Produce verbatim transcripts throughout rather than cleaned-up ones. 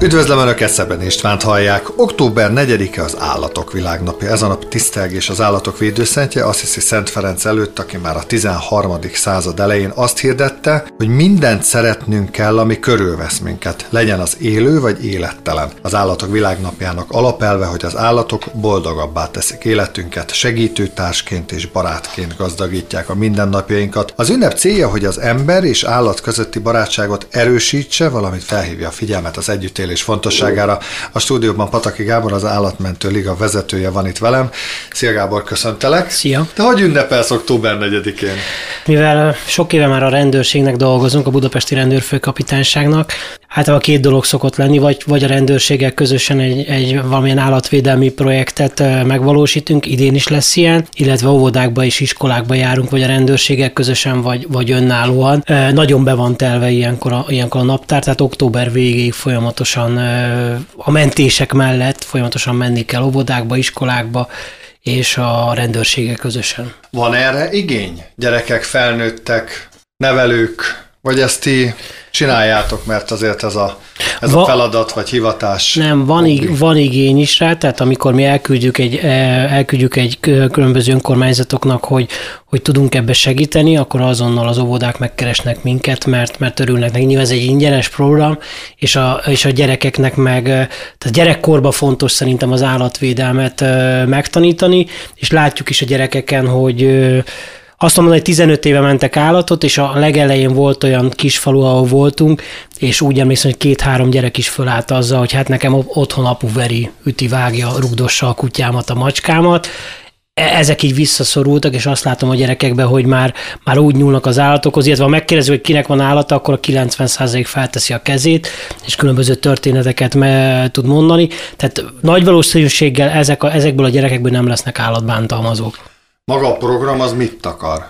Üdvözlöm Önöket, Szeben Istvánt hallják. október negyedike az Állatok Világnapja. Ez a nap tisztelgés az állatok védőszentje, Assisi Szent Ferenc előtt, aki már a tizenharmadik század elején azt hirdette, hogy mindent szeretnünk kell, ami körülvesz minket, legyen az élő vagy élettelen. Az Állatok Világnapjának alapelve, hogy az állatok boldogabbá teszik életünket, segítőtársként és barátként gazdagítják a mindennapjainkat. Az ünnep célja, hogy az ember és állat közötti barátságot erősítse, valamint felhívja a figyelmet az együttélés fontosságára. A stúdióban Pataki Gábor, az Állatmentő Liga vezetője van itt velem. Szia Gábor, köszöntelek. Szia. Te hogy ünnepelsz október negyedikén? Mivel sok éve már a rendőrségnek dolgozunk, a budapesti rendőrfőkapitányságnak, általában két dolog szokott lenni, vagy, vagy a rendőrséggel közösen egy, egy valamilyen állatvédelmi projektet megvalósítunk, idén is lesz ilyen, illetve óvodákba és iskolákba járunk, vagy a rendőrséggel közösen, vagy, vagy önállóan. Nagyon be van telve ilyenkor a, ilyenkor a naptár, tehát október végéig folyamatosan a mentések mellett folyamatosan menni kell óvodákba, iskolákba, és a rendőrséggel közösen. Van erre igény? Gyerekek, felnőttek, nevelők, vagy ezt ti csináljátok, mert azért ez a, ez Va- a feladat vagy hivatás? Nem, van, ig- van igény is rá, tehát amikor mi elküldjük egy, elküldjük egy különböző önkormányzatoknak, hogy, hogy tudunk ebbe segíteni, akkor azonnal az óvodák megkeresnek minket, mert, mert örülnek neki. Nyilván ez egy ingyenes program, és a, és a gyerekeknek meg, tehát gyerekkorban fontos szerintem az állatvédelmet megtanítani, és látjuk is a gyerekeken, hogy azt mondom, hogy tizenöt éve mentek állatot, és a legelején volt olyan kis falu, ahol voltunk, és úgy emlékszem, hogy két-három gyerek is fölállt azzal, hogy hát nekem otthon apu veri, üti, vágja, rugdossa a kutyámat, a macskámat. Ezek így visszaszorultak, és azt látom a gyerekekben, hogy már, már úgy nyúlnak az állatokhoz, illetve ha megkérdezzük, hogy kinek van állata, akkor a kilencven százalék felteszi a kezét, és különböző történeteket me- tud mondani. Tehát nagy valószínűséggel ezek a, ezekből a gyerekekből nem lesznek állatbántalmazók. Maga a program az mit akar?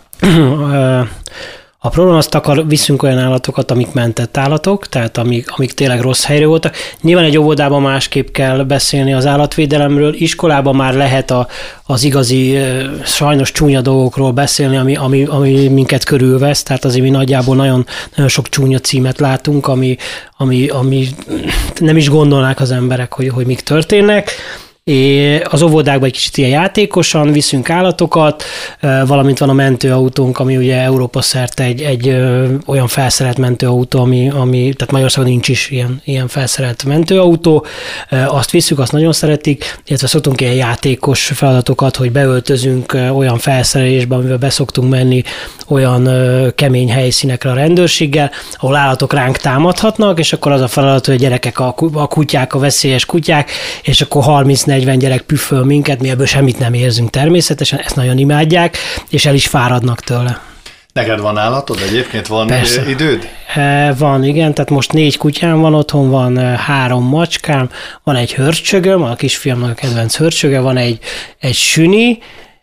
A program azt akar, viszünk olyan állatokat, amik mentett állatok, tehát amik, amik tényleg rossz helyre voltak. Nyilván egy óvodában másképp kell beszélni az állatvédelemről, iskolában már lehet a, az igazi, sajnos csúnya dolgokról beszélni, ami, ami, ami minket körülvesz, tehát azért mi nagyjából nagyon, nagyon sok csúnya címet látunk, ami, ami, ami nem is gondolnák az emberek, hogy, hogy mik történnek. És az óvodákban egy kicsit ilyen játékosan viszünk állatokat, valamint van a mentőautónk, ami ugye Európa szerte egy, egy olyan felszerelt mentőautó, ami, ami tehát Magyarországon nincs is ilyen, ilyen felszerelt mentőautó, azt visszük, azt nagyon szeretik, illetve szoktunk ilyen játékos feladatokat, hogy beöltözünk olyan felszerelésbe, amivel beszoktunk menni olyan kemény helyszínekre a rendőrséggel, ahol állatok ránk támadhatnak, és akkor az a feladat, hogy a gyerekek, a kutyák, a veszélyes kutyák, és akkor harminc-negyven gyerek püfföl minket, mi ebből semmit nem érzünk természetesen, ezt nagyon imádják, és el is fáradnak tőle. Neked van állatod egyébként? Van Persze. időd? Van, igen, tehát most négy kutyám van otthon, van három macskám, van egy hörcsögöm, a kisfiamnak a kedvenc hörcsöge, van egy, egy süni,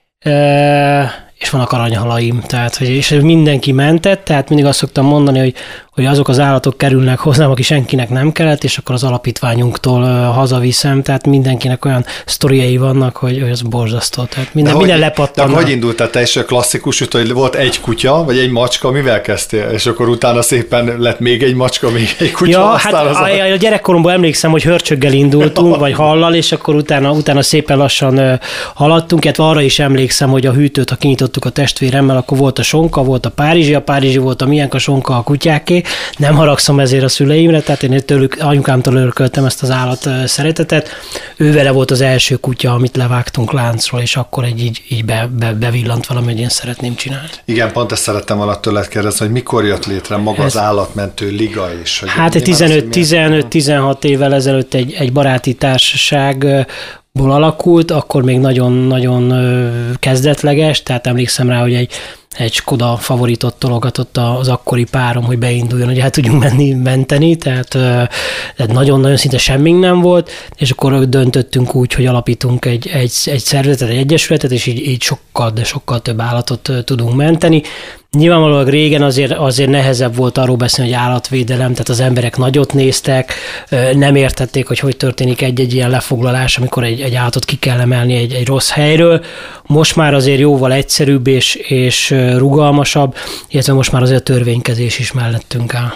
és vannak aranyhalaim, tehát hogy és mindenki mentett, tehát mindig azt szoktam mondani, hogy, hogy azok az állatok kerülnek hozzám, aki senkinek nem kellett, és akkor az alapítványunktól hazaviszem, tehát mindenkinek olyan sztoriai vannak, hogy, hogy az borzasztó, tehát minden, minden lepattan. De hogy indult a teljesen klasszikus, hogy volt egy kutya, vagy egy macska, mivel kezdtél? És akkor utána szépen lett még egy macska, még egy kutya. Ja, hát a, a gyerekkoromban emlékszem, hogy hörcsöggel indultunk, vagy hallal, és akkor utána, utána szépen lassan haladtunk, illetve arra is emlékszem, hogy a hűtőt, ha kinyitottuk a testvéremmel, akkor volt a sonka, volt a párizsi, a párizsi volt a milyenk, a sonka a kutyáké. Nem haragszom ezért a szüleimre, tehát én tőlük, anyukámtól örököltem ezt az állat szeretetet. Ő vele volt az első kutya, amit levágtunk láncról, és akkor egy így, így be, be, bevillant valami, hogy én szeretném csinálni. Igen, pont ezt szerettem volna tőled kérdezni, hogy mikor jött létre maga Ez... az Állatmentő Liga is. Hát egy tizenöt-tizenhat évvel ezelőtt egy, egy baráti társaság ból alakult, akkor még nagyon-nagyon kezdetleges, tehát emlékszem rá, hogy egy, egy Skoda favoritot tologatott az akkori párom, hogy beinduljon, hogy hát tudjunk menni, menteni, tehát, tehát nagyon-nagyon szinte semmink nem volt, és akkor döntöttünk úgy, hogy alapítunk egy, egy, egy szervezetet, egy egyesületet, és így, így sokkal, de sokkal több állatot tudunk menteni. Nyilvánvalóan régen azért, azért nehezebb volt arról beszélni, hogy állatvédelem, tehát az emberek nagyot néztek, nem értették, hogy hogy történik egy-egy ilyen lefoglalás, amikor egy, egy állatot ki kell emelni egy, egy rossz helyről. Most már azért jóval egyszerűbb és, és rugalmasabb, illetve most már azért a törvénykezés is mellettünk áll.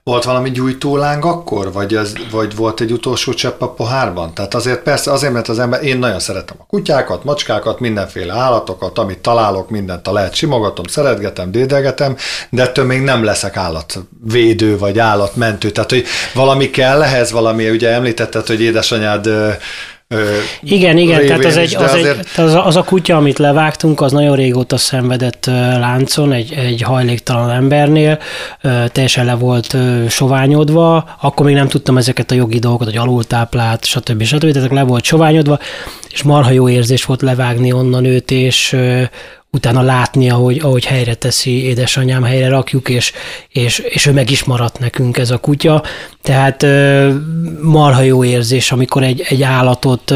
Volt valami gyújtóláng akkor, vagy, az, vagy volt egy utolsó csepp a pohárban? Tehát azért persze, azért, mert az ember, én nagyon szeretem a kutyákat, macskákat, mindenféle állatokat, amit találok, mindent a lehet simogatom, szeretgetem, dédelgetem, de ettől még nem leszek állatvédő, vagy állatmentő. Tehát, hogy valami kell ehhez, valami, ugye említetted, hogy édesanyád Ö, igen, igen, tehát, az, egy, az, azért... egy, az, az a kutya, amit levágtunk, az nagyon régóta szenvedett láncon egy, egy hajléktalan embernél, teljesen le volt soványodva, akkor még nem tudtam ezeket a jogi dolgokat, hogy alultáplált, stb. stb. Tehát le volt soványodva, és marha jó érzés volt levágni onnan őt, és utána látni, ahogy, ahogy helyre teszi édesanyám, helyre rakjuk, és, és, és ő meg is maradt nekünk ez a kutya. Tehát marha jó érzés, amikor egy, egy állatot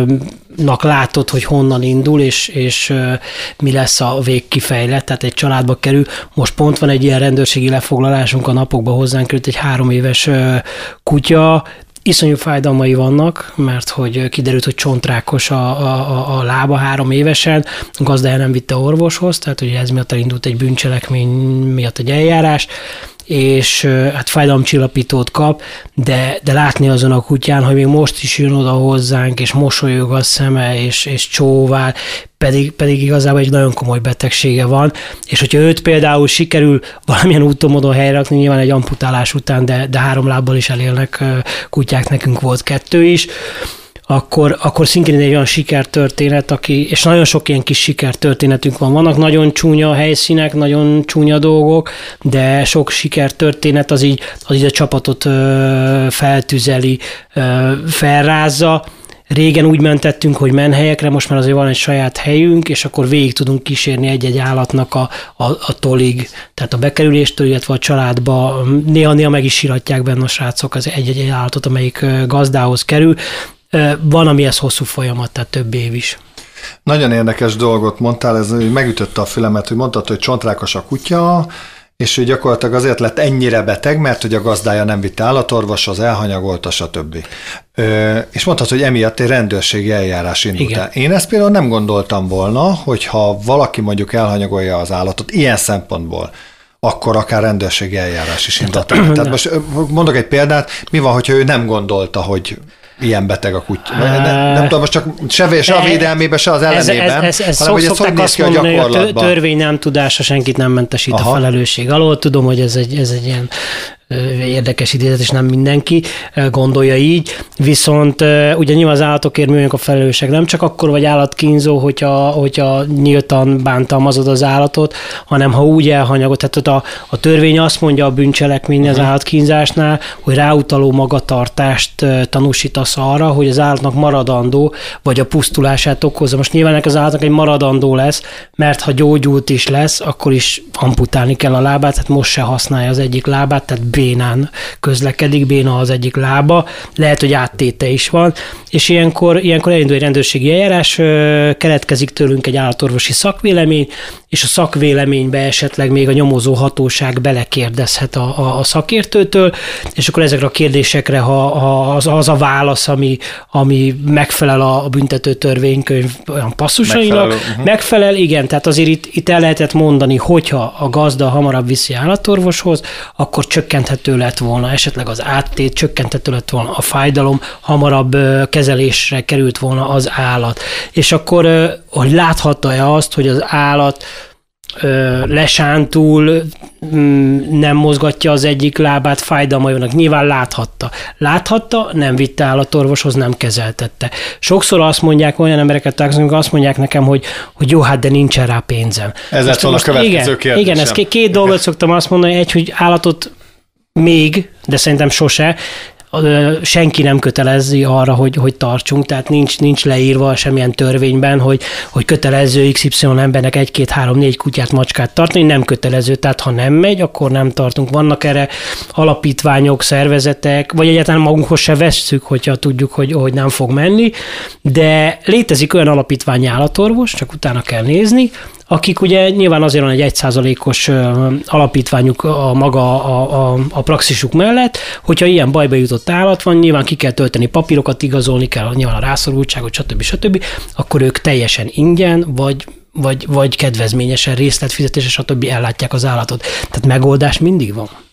nak látod, hogy honnan indul, és, és mi lesz a végkifejlet, tehát egy családba kerül. Most pont van egy ilyen rendőrségi lefoglalásunk, a napokban hozzánk került egy három éves kutya, iszonyú fájdalmai vannak, mert hogy kiderült, hogy csontrákos a, a, a lába három évesen, a gazdája nem vitte orvoshoz, tehát ugye ez miatt elindult egy bűncselekmény miatt egy eljárás, és hát fájdalomcsillapítót kap, de, de látni azon a kutyán, hogy még most is jön oda hozzánk, és mosolyog a szeme, és, és csóvál, pedig, pedig igazából egy nagyon komoly betegsége van, és hogyha őt például sikerül valamilyen úton módon helyre rakni, nyilván egy amputálás után, de, de három lábbal is elélnek kutyák, nekünk volt kettő is, akkor, akkor szintén egy olyan sikertörténet, aki, és nagyon sok ilyen kis sikertörténetünk van. Vannak nagyon csúnya helyszínek, nagyon csúnya dolgok, de sok sikertörténet az így, az így a csapatot ö, feltüzeli, ö, felrázza. Régen úgy mentettünk, hogy menhelyekre, most már azért van egy saját helyünk, és akkor végig tudunk kísérni egy-egy állatnak a, a, a tolig, tehát a bekerüléstől, illetve a családba. Néha-néha meg is síratják benne a srácok az egy-egy állatot, amelyik gazdához kerül. Van, ami ez hosszú folyamat, tehát több év is. Nagyon érdekes dolgot mondtál, ez megütötte a fülemet, hogy mondtad, hogy csontrákos a kutya, és ő gyakorlatilag azért lett ennyire beteg, mert hogy a gazdája nem vitte állatorvoshoz, elhanyagolta, stb. Ö, és mondtad, hogy emiatt egy rendőrségi eljárás indult el. Én ezt például nem gondoltam volna, hogyha valaki mondjuk elhanyagolja az állatot ilyen szempontból, akkor akár rendőrségi eljárás is indult el. Tehát most mondok egy példát, mi van, hogyha ő nem gondolta, hogy ilyen beteg a kutya. Nem, nem tudom, most csak se, se a védelmében, se az ellenében, ez, ez, ez, ez hanem hogy ez hogy néz ki a gyakorlatban. A törvény nem tudása senkit nem mentesít Aha. a felelősség alól. Tudom, hogy ez egy, ez egy ilyen érdekes idézet, és nem mindenki gondolja így, viszont ugye nyilván az állatokért mi vagyunk a felelősek, nem csak akkor vagy állatkínzó, hogyha, hogyha nyíltan bántalmazod az állatot, hanem ha úgy elhanyagod, tehát a, a törvény azt mondja a bűncselekmény az állatkínzásnál, hogy ráutaló magatartást tanúsítasz arra, hogy az állatnak maradandó, vagy a pusztulását okozza. Most nyilván az állatnak egy maradandó lesz, mert ha gyógyult is lesz, akkor is amputálni kell a lábát, tehát most se használja az egyik lábát, tehát bénán közlekedik, béna az egyik lába, lehet, hogy áttéte is van, és ilyenkor, ilyenkor elindul egy rendőrségi eljárás, keletkezik tőlünk egy állatorvosi szakvélemény, és a szakvéleménybe esetleg még a nyomozó hatóság belekérdezhet a, a, a szakértőtől, és akkor ezekre a kérdésekre, ha, ha az, az a válasz, ami, ami megfelel a büntető törvénykönyv olyan passzusainak, megfelel, uh-huh. megfelel, igen, tehát azért itt, itt el lehetett mondani, hogyha a gazda hamarabb viszi állatorvoshoz, akkor csökkenthető lett volna, esetleg az áttét, csökkenthető lett volna a fájdalom, hamarabb kezelésre került volna az állat. És akkor, hogy láthatta-e azt, hogy az állat lesántul, nem mozgatja az egyik lábát, fájdalmai vannak. Nyilván láthatta. Láthatta, nem vitte állatorvoshoz, nem kezeltette. Sokszor azt mondják, olyan embereket találkozunk, azt mondják nekem, hogy, hogy jó, hát de nincsen rá pénzem. Ez lett volna a következő kérdésem. Igen, ez két, két dolgot szoktam azt mondani, egy, hogy állatot még, de szerintem sose, senki nem kötelezi arra, hogy, hogy tartsunk, tehát nincs, nincs leírva semmilyen törvényben, hogy, hogy kötelező iksz ipszilon embernek egy, két, három, négy kutyát, macskát tartani, nem kötelező, tehát ha nem megy, akkor nem tartunk. Vannak erre alapítványok, szervezetek, vagy egyáltalán magunkhoz se vesszük, hogyha tudjuk, hogy, hogy nem fog menni, de létezik olyan alapítványi állatorvos, csak utána kell nézni, akik ugye nyilván azért van egy egy százalékos alapítványuk a maga a, a, a praxisuk mellett, hogyha ilyen bajba jutott állat van, nyilván ki kell tölteni papírokat, igazolni kell nyilván a rászorultságot, stb. stb., akkor ők teljesen ingyen, vagy, vagy, vagy kedvezményesen részletfizetése, stb. Ellátják az állatot. Tehát megoldás mindig van.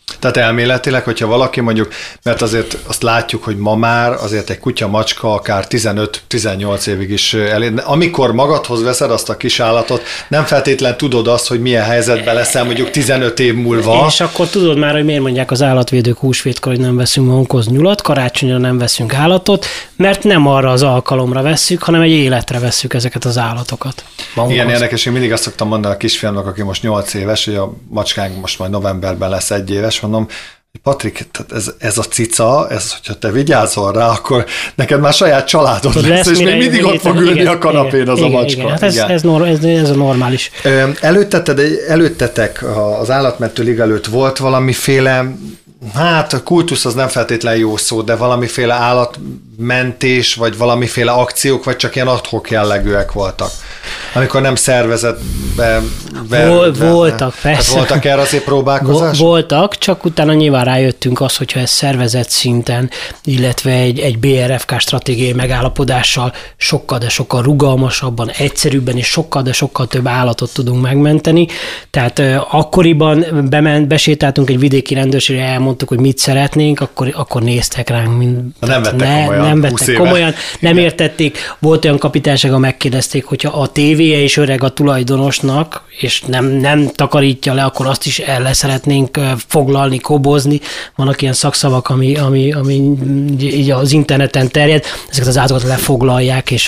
Tehát elméletileg, hogyha valaki mondjuk, mert azért azt látjuk, hogy ma már azért egy kutya, macska akár tizenöt-tizennyolc évig is elég. Amikor magadhoz veszed azt a kis állatot, nem feltétlen tudod azt, hogy milyen helyzetben leszel mondjuk tizenöt év múlva. És akkor tudod már, hogy miért mondják az állatvédők húsvétkor, hogy nem veszünk magunkhoz nyulat, karácsonyra nem veszünk állatot, mert nem arra az alkalomra vesszük, hanem egy életre vesszük ezeket az állatokat. Magunkhoz. Igen, érdekes, én mindig azt szoktam mondani a kisfiamnak, aki most nyolc éves, hogy a macskánk most majd novemberben lesz egy éves, mondom, hogy Patrik, ez, ez a cica, ez, hogyha te vigyázol rá, akkor neked már saját családod lesz, lesz, és még mindig ott fog ülni a kanapén igen, az igen, a macska. Igen, hát ez, ez, ez, ez a normális. Előttetek, előttetek az állatmentő liga előtt volt valamiféle, hát a kultusz az nem feltétlenül jó szó, de valamiféle állatmentés, vagy valamiféle akciók, vagy csak ilyen ad-hoc jellegűek voltak? Amikor nem szervezetben... Vol, voltak, persze. Hát voltak erre azért próbálkozások? Voltak, csak utána nyilván rájöttünk az, hogyha ez szervezet szinten, illetve egy, egy bé er ef ká stratégiai megállapodással sokkal, de sokkal rugalmasabban, egyszerűbben és sokkal, de sokkal több állatot tudunk megmenteni. Tehát uh, akkoriban bement, besétáltunk egy vidéki rendőrségre, elmondtuk, hogy mit szeretnénk, akkor, akkor néztek ránk. Mint, nem vettek ne, komolyan. Nem vettek komolyan, nem igen. értették. Volt olyan kapitányság, megkérdezték, hogyha a tévéje is öreg a tulajdonosnak, és nem, nem takarítja le, akkor azt is el le szeretnénk foglalni, kobozni. Vannak ilyen szakszavak, ami, ami, ami így az interneten terjed, ezeket az állatokat lefoglalják, és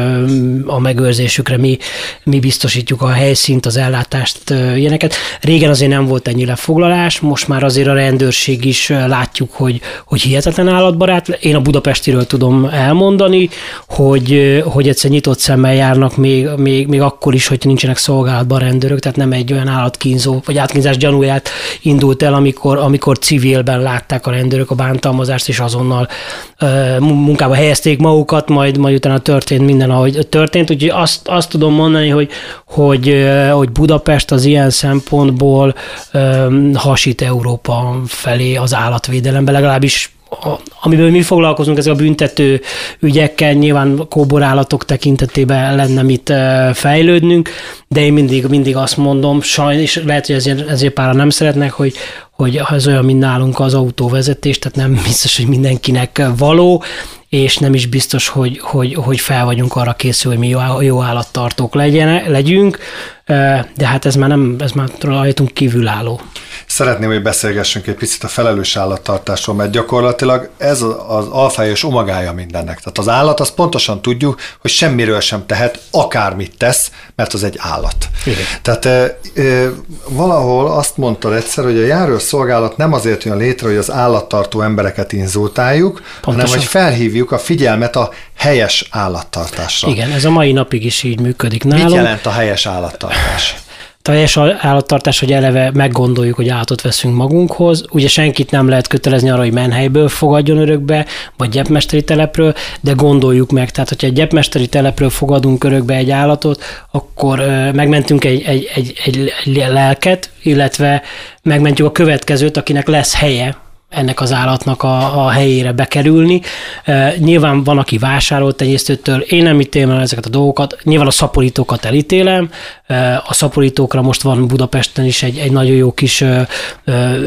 a megőrzésükre mi, mi biztosítjuk a helyszínt, az ellátást, ilyeneket. Régen azért nem volt ennyi lefoglalás, most már azért a rendőrség is látjuk, hogy, hogy hihetetlen állatbarát. Én a budapestiről tudom elmondani, hogy, hogy egyszer nyitott szemmel járnak még, még, még akkor is, hogy nincsenek szolgálatban rendőrök, tehát nem egy olyan állatkínzó, vagy átkínzás gyanúját indult el, amikor, amikor civilben látták a rendőrök a bántalmazást, és azonnal uh, munkába helyezték magukat, majd, majd utána történt minden, ahogy történt. Úgyhogy azt, azt tudom mondani, hogy, hogy, uh, hogy Budapest az ilyen szempontból um, hasít Európa felé az állatvédelembe, legalábbis amiben mi foglalkozunk, ezek a büntető ügyekkel, nyilván kóborállatok tekintetében lenne mit fejlődnünk, de én mindig, mindig azt mondom, sajnos, lehet, hogy ezért, ezért pára nem szeretnek, hogy, hogy ez olyan, mint nálunk az autóvezetés, tehát nem biztos, hogy mindenkinek való, és nem is biztos, hogy, hogy, hogy fel vagyunk arra készül, hogy mi jó, jó állattartók legyen, legyünk, de hát ez már nem, ez már rajtunk kívülálló. Szeretném, hogy beszélgessünk egy picit a felelős állattartásról, mert gyakorlatilag ez az alfája és omegája mindennek. Tehát az állat, azt pontosan tudjuk, hogy semmiről sem tehet, akármit tesz, mert az egy állat. Igen. Tehát e, e, valahol azt mondtad egyszer, hogy a járőrszolgálat nem azért jön létre, hogy az állattartó embereket inzultáljuk, pontosan, hanem hogy felhívjuk a figyelmet a helyes állattartásra. Igen, ez a mai napig is így működik nálunk. Mit jelent a helyes állattartás? A helyes állattartás, hogy eleve meggondoljuk, hogy állatot veszünk magunkhoz. Ugye senkit nem lehet kötelezni arra, hogy menhelyből fogadjon örökbe, vagy gyepmesteri telepről, de gondoljuk meg. Tehát, hogyha egy gyepmesteri telepről fogadunk örökbe egy állatot, akkor megmentünk egy, egy, egy, egy, egy lelket, illetve megmentjük a következőt, akinek lesz helye ennek az állatnak a, a helyére bekerülni. E, nyilván van, aki vásárol tenyésztőtől, én nem ítélem el ezeket a dolgokat, nyilván a szaporítókat elítélem, e, a szaporítókra most van Budapesten is egy, egy nagyon jó kis e, e,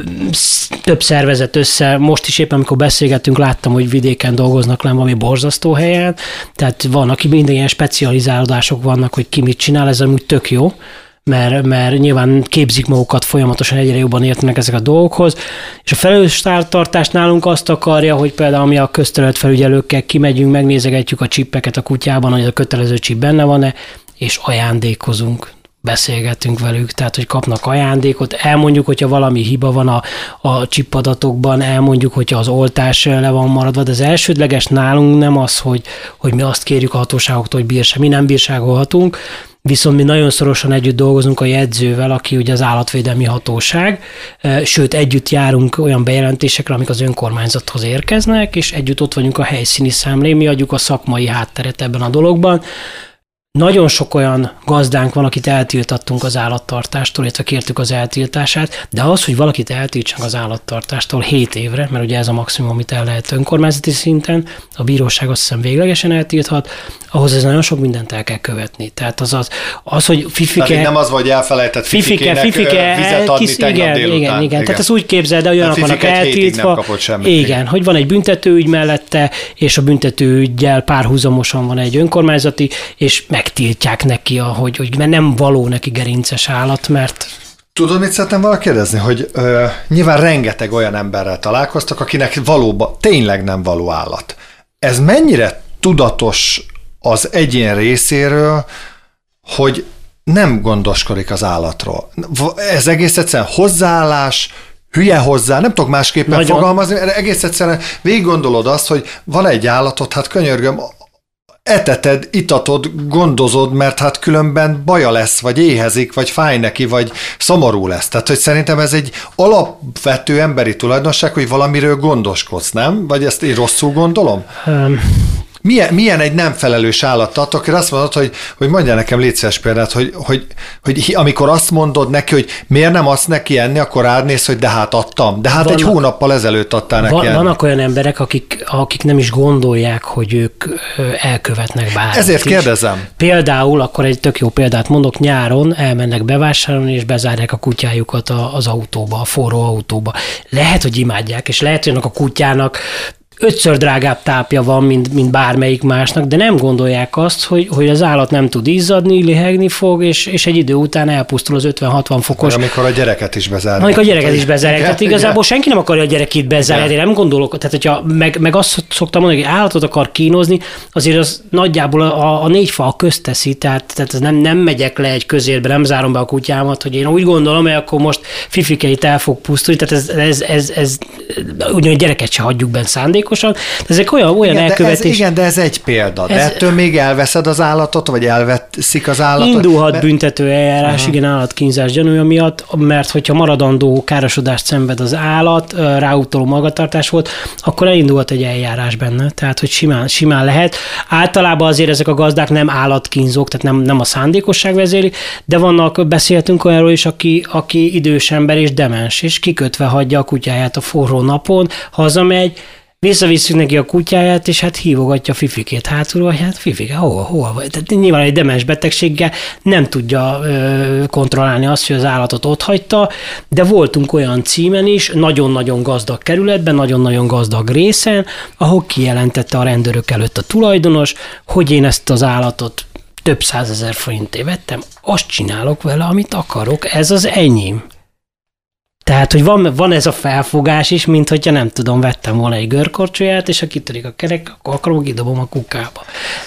több szervezet össze, most is éppen, amikor beszélgettünk, láttam, hogy vidéken dolgoznak le valami borzasztó helyen, tehát vannak minden ilyen specializálódások vannak, hogy ki mit csinál, ez amúgy tök jó, Mert, mert nyilván képzik magukat folyamatosan, egyre jobban értenek ezek a dolgokhoz, és a felelős tartás nálunk azt akarja, hogy például mi a közterületfelügyelőkkel kimegyünk, megnézegetjük a csippeket a kutyában, hogy a kötelező csip benne van-e, és ajándékozunk, beszélgetünk velük, tehát, hogy kapnak ajándékot, elmondjuk, hogyha valami hiba van a, a csipadatokban, elmondjuk, hogyha az oltás le van maradva, de az elsődleges nálunk nem az, hogy, hogy mi azt kérjük a hatóságoktól, hogy bírság, mi nem bírságolhatunk, viszont mi nagyon szorosan együtt dolgozunk a jegyzővel, aki ugye az állatvédelmi hatóság, sőt együtt járunk olyan bejelentésekre, amik az önkormányzathoz érkeznek, és együtt ott vagyunk a helyszíni számlén, mi adjuk a szakmai hátteret ebben a dologban. Nagyon sok olyan gazdánk van, akit eltiltattunk az állattartástól, illetve kértük az eltiltását, de az, hogy valakit eltiltsanak az állattartástól hét évre, mert ugye ez a maximum, amit el lehet önkormányzati szinten, a bíróság azt hiszem véglegesen eltilthat, ahhoz ez nagyon sok mindent el kell követni. Tehát az, az, az hogy fifike... Tehát nem az, hogy elfelejtett fifikének fifike, fifike, vizet adni kis, tegnap igen, délután. Igen, igen, igen. Tehát ezt úgy képzeld, de olyanok vannak eltiltva. Igen, igen, hogy van egy büntetőügy mellette, és a büntetőüggyel párhuzamosan van egy önkormányzati, és megtiltják neki, hogy, hogy mert nem való neki gerinces állat, mert... Tudod, mit szeretném valahogy kérdezni? Hogy ö, nyilván rengeteg olyan emberrel találkoztak, akinek valóban tényleg nem való állat. Ez mennyire tudatos az egyén részéről, hogy nem gondoskodik az állatról? Ez egész egyszerűen hozzáállás, hülye hozzá, nem tudok másképpen Nagyon. fogalmazni, egész egyszerűen végig gondolod azt, hogy van egy állatod, hát könyörgöm, eteted, itatod, gondozod, mert hát különben baja lesz, vagy éhezik, vagy fáj neki, vagy szomorú lesz. Tehát, hogy szerintem ez egy alapvető emberi tulajdonság, hogy valamiről gondoskodsz, nem? Vagy ezt én rosszul gondolom? Um. Milyen, milyen egy nem felelős állat, akkor azt mondod, hogy, hogy mondja nekem légy szíves példát, hogy, hogy, hogy amikor azt mondod neki, hogy miért nem adsz neki enni, akkor ránéz, hogy de hát adtam. De hát vannak, egy hónappal ezelőtt adtál neki van, enni. Vannak olyan emberek, akik, akik nem is gondolják, hogy ők elkövetnek bármit. Ezért kérdezem. Is. Például, akkor egy tök jó példát mondok, nyáron elmennek bevásárolni, és bezárják a kutyájukat az autóba, a forró autóba. Lehet, hogy imádják, és lehet, hogy a kutyának ötször drágább tápja van, mint, mint bármelyik másnak, de nem gondolják azt, hogy, hogy az állat nem tud izzadni, lihegni fog, és, és egy idő után elpusztul az ötven-hatvan fokos. Vagy amikor a gyereket is bezárják. Amikor a gyereket is bezárják. Tehát igazából senki nem akarja a gyerekét bezárni, én nem gondolok. Tehát, hogyha meg, meg azt szoktam mondani, hogy állatot akar kínozni, azért az nagyjából a, a négy fal közt teszi, tehát, tehát nem, nem megyek le egy közérbe, nem zárom be a kutyámat, hogy én úgy gondolom, hogy akkor most fifikeit el fog pusztulni, tehát ez, ez, ez, ez ugyan a gyereket se hagyjuk benne szándékos. Ezek olyan, olyan igen, elkövetés. De ez, igen, de ez egy példa. De ez... ettől még elveszed az állatot, vagy elveszik az állatot? Indulhat mert... büntető eljárás, uh-huh. igen, állatkínzás gyanúja miatt, mert hogyha maradandó károsodást szenved az állat, ráutaló magatartás volt, akkor elindulhat egy eljárás benne. Tehát, hogy simán, simán lehet. Általában azért ezek a gazdák nem állatkínzók, tehát nem, nem a szándékosság vezéli, de vannak, beszéltünk olyanról is, aki, aki idős ember és demens, és kikötve hagyja a kutyáját a forró napon, hazamegy, visszavisszük neki a kutyáját, és hát hívogatja Fifikét hátulról, hogy hát Fifike, hol, hol vagy? Tehát nyilván egy demens betegséggel nem tudja ö, kontrollálni azt, hogy az állatot otthagyta, de voltunk olyan címen is, nagyon-nagyon gazdag kerületben, nagyon-nagyon gazdag részen, ahol kijelentette a rendőrök előtt a tulajdonos, hogy én ezt az állatot több százezer forintért vettem, azt csinálok vele, amit akarok, ez az enyém. Tehát, hogy van, van ez a felfogás is, mint hogyha nem tudom, vettem volna egy görkorcsolyát, és ha kitörik a kerek, akkor akarom, kidobom a kukába.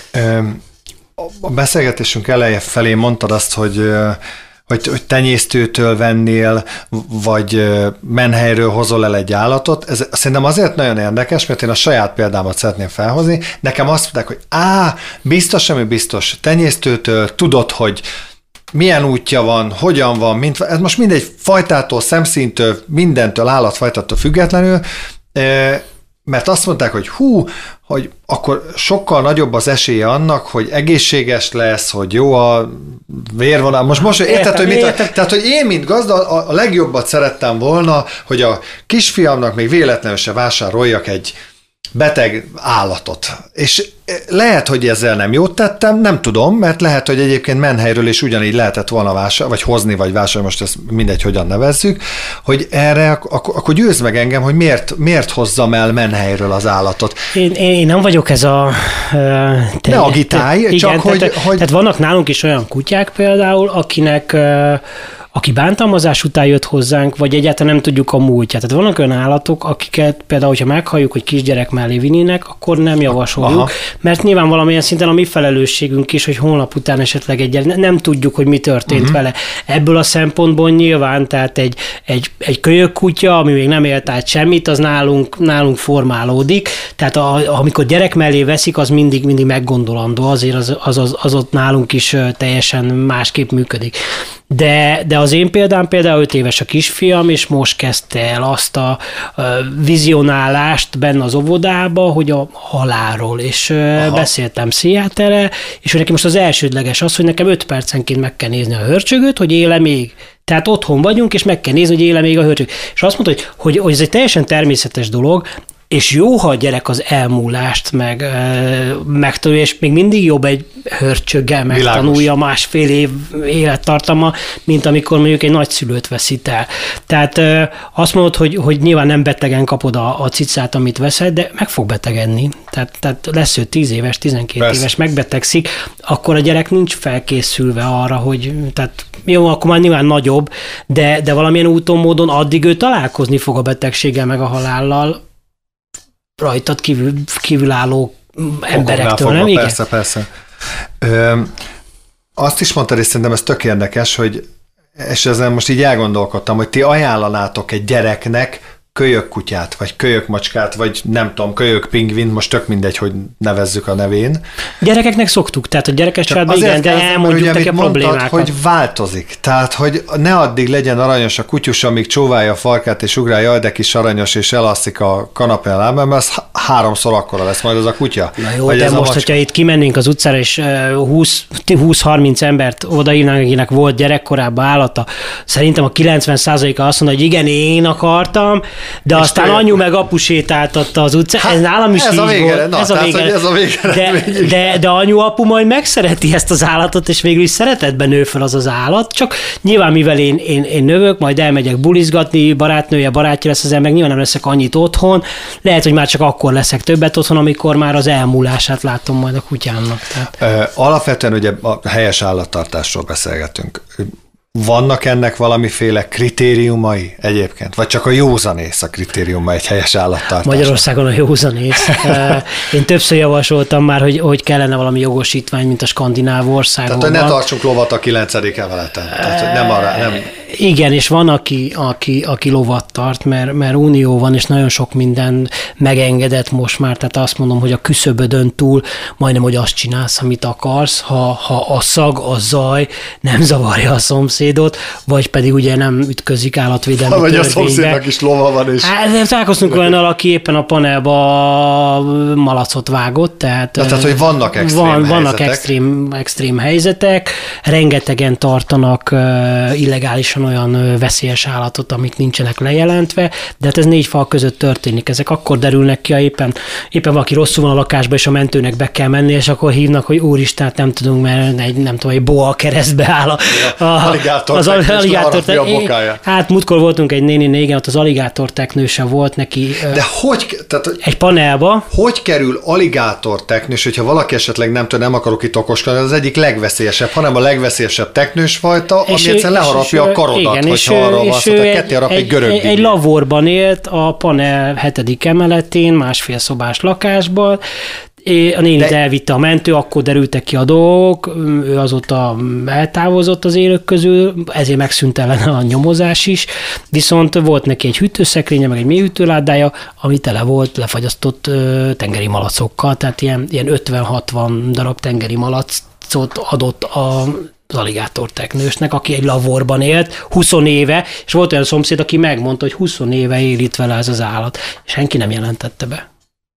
A beszélgetésünk eleje felé mondtad azt, hogy, hogy, hogy tenyésztőtől vennél, vagy menhelyről hozol el egy állatot. Ez szerintem azért nagyon érdekes, mert én a saját példámat szeretném felhozni. Nekem azt mondták, hogy á, biztos, ami biztos, tenyésztőtől tudod, hogy milyen útja van, hogyan van, mint, ez most mindegy fajtától, szemszíntől, mindentől, állatfajtától függetlenül, mert azt mondták, hogy hú, hogy akkor sokkal nagyobb az esélye annak, hogy egészséges lesz, hogy jó a vérvonal. Most, most érted, hogy mit, tehát, hogy én, mint gazda, a legjobbat szerettem volna, hogy a kisfiamnak még véletlenül se vásároljak egy beteg állatot. És lehet, hogy ezzel nem jót tettem, nem tudom, mert lehet, hogy egyébként menhelyről is ugyanígy lehetett volna vásárolni, vagy hozni, vagy vásárolni, most ezt mindegy, hogyan nevezzük, hogy erre, akkor, akkor győzd meg engem, hogy miért, miért hozzam el menhelyről az állatot. Én, én nem vagyok ez a... Te, ne agitálj, te, csak igen, hogy, tehát, hogy... Tehát vannak nálunk is olyan kutyák például, akinek... aki bántalmazás után jött hozzánk, vagy egyáltalán nem tudjuk a múltját. Tehát vannak olyan állatok, akiket például, hogyha meghalljuk, hogy kisgyerek mellé vinnének, akkor nem javasoljuk, aha. mert nyilván valamilyen szinten a mi felelősségünk is, hogy holnap után esetleg egy nem tudjuk, hogy mi történt uh-huh. vele. Ebből a szempontból nyilván, tehát egy, egy, egy kölyök kutya, ami még nem élt át semmit, az nálunk, nálunk formálódik. Tehát a, amikor gyerek mellé veszik, az mindig, mindig meggondolandó, azért az, az, az, az ott nálunk is teljesen másképp működik. De, de az én példám például öt éves a kisfiam, és most kezdte el azt a, a vizionálást benne az óvodába, hogy a halálról, és aha. beszéltem pszichiáterrel, és neki most az elsődleges az, hogy nekem öt percenként meg kell nézni a hörcsögöt, hogy éle még. Tehát otthon vagyunk, és meg kell nézni, hogy éle még a hörcsög. És azt mondta, hogy, hogy, hogy ez egy teljesen természetes dolog, és jó, ha a gyerek az elmúlást meg, megtanulja, és még mindig jobb egy hörcsöggel megtanulja másfél év élettartama, mint amikor mondjuk egy nagyszülőt veszít el. Tehát azt mondod, hogy, hogy nyilván nem betegen kapod a, a cicát, amit veszed, de meg fog betegedni. Tehát, tehát lesz ő tíz éves, tizenkét Persze. éves, megbetegszik, akkor a gyerek nincs felkészülve arra, hogy tehát jó, akkor már nyilván nagyobb, de, de valamilyen úton, módon addig ő találkozni fog a betegséggel meg a halállal, rajtad kívül, kívülálló emberektől, nem? Igen? Persze, persze. Ö, azt is mondtad, és szerintem ez tök érdekes, hogy, és ezen most így elgondolkodtam, hogy ti ajánlanátok egy gyereknek kölyökkutyát, vagy kölyökmacskát, vagy nem tudom, kölyökpingvin, most tök mindegy, hogy nevezzük a nevén. Gyerekeknek szoktuk, tehát a gyerekes családban igen, de elmondjuk neki a problémákat. Hogy változik, tehát hogy ne addig legyen aranyos a kutyus, amíg csóválja a farkát és ugrálja, jaj, de kis aranyos, és elalszik a kanapén lábán, mert az háromszor akkora lesz majd az a kutya. Na jó, de most, hogyha itt kimennénk az utcára, és húsz-harminc embert odaírnánk, akinek volt gyerekkorában állata, szerintem a kilencven százaléka azt mondja, hogy igen, én akartam, de és aztán tőle... anyu meg apu sétáltatta az utcán. Hát, ez nálam is ez így a végere, volt. na, ez, a tehát, végere. ez a végere. De, de, de anyu apu majd megszereti ezt az állatot, és végül is szeretetben nő fel az az állat, csak nyilván mivel én, én, én növök, majd elmegyek bulizgatni, barátnője, barátja lesz az ember, nyilván nem leszek annyit otthon, lehet, hogy már csak akkor leszek többet otthon, amikor már az elmúlását látom majd a kutyámnak. Tehát. Alapvetően ugye a helyes állattartásról beszélgetünk. Vannak ennek valamiféle kritériumai egyébként? Vagy csak a józanész a kritériuma egy helyes állattartásnak? Magyarországon a józanész. Én többször javasoltam már, hogy, hogy kellene valami jogosítvány, mint a skandináv országokban. Tehát, hogy ne tartsunk lovat a kilencedik emeleten. Tehát, hogy nem arra, nem... Igen, és van, aki, aki, aki lovat tart, mert, mert unió van, és nagyon sok minden megengedett most már, tehát azt mondom, hogy a küszöbödön túl majdnem, hogy azt csinálsz, amit akarsz, ha, ha a szag, a zaj nem zavarja a szomszédot, vagy pedig ugye nem ütközik állatvédelmi törvénybe. Vagy a szomszédnak is lova van, és... Hát, találkoztunk olyannal, aki éppen a panelba malacot vágott, tehát... Na, tehát, hogy vannak extrém van, helyzetek. Vannak extrém, extrém helyzetek, rengetegen tartanak uh, illegálisan olyan veszélyes állatot, amik nincsenek lejelentve, de hát ez négy fal között történik. Ezek akkor derülnek ki, ha éppen, éppen valaki rosszul van a lakásban, és a mentőnek be kell menni, és akkor hívnak, hogy úristen, nem tudunk, mert egy, nem tudom, egy boa keresztbe áll a, a, aligátor az aligátor teknős. Hát múltkor voltunk egy néni, igen, ott az aligátor teknőse volt neki. De hogy? Tehát, egy panelba. Hogy kerül aligátor teknős, hogyha valaki esetleg nem tud, nem akarok itt okoskodni, az egyik legveszélyesebb, hanem a legveszélyesebb teknősfajta, ami egyszerűen leharapja a karodat, igen, hogyha arról van szó, tehát ketté harap egy görög. Egy, egy lavorban élt a panel hetedik emeletén, másfél szobás lakásban, a nénit De... elvitte a mentő, akkor derültek ki a dolgok, ő azóta eltávozott az élők közül, ezért megszűnt ellene a nyomozás is, viszont volt neki egy hűtőszekrénye, meg egy mélyhűtőládája, ami tele volt lefagyasztott tengeri malacokkal, tehát ilyen, ilyen ötven-hatvan darab tengeri malacot adott a az aligátor teknősnek, aki egy lavorban élt, húsz éve, és volt olyan szomszéd, aki megmondta, hogy húsz éve él itt vele ez az állat, és senki nem jelentette be.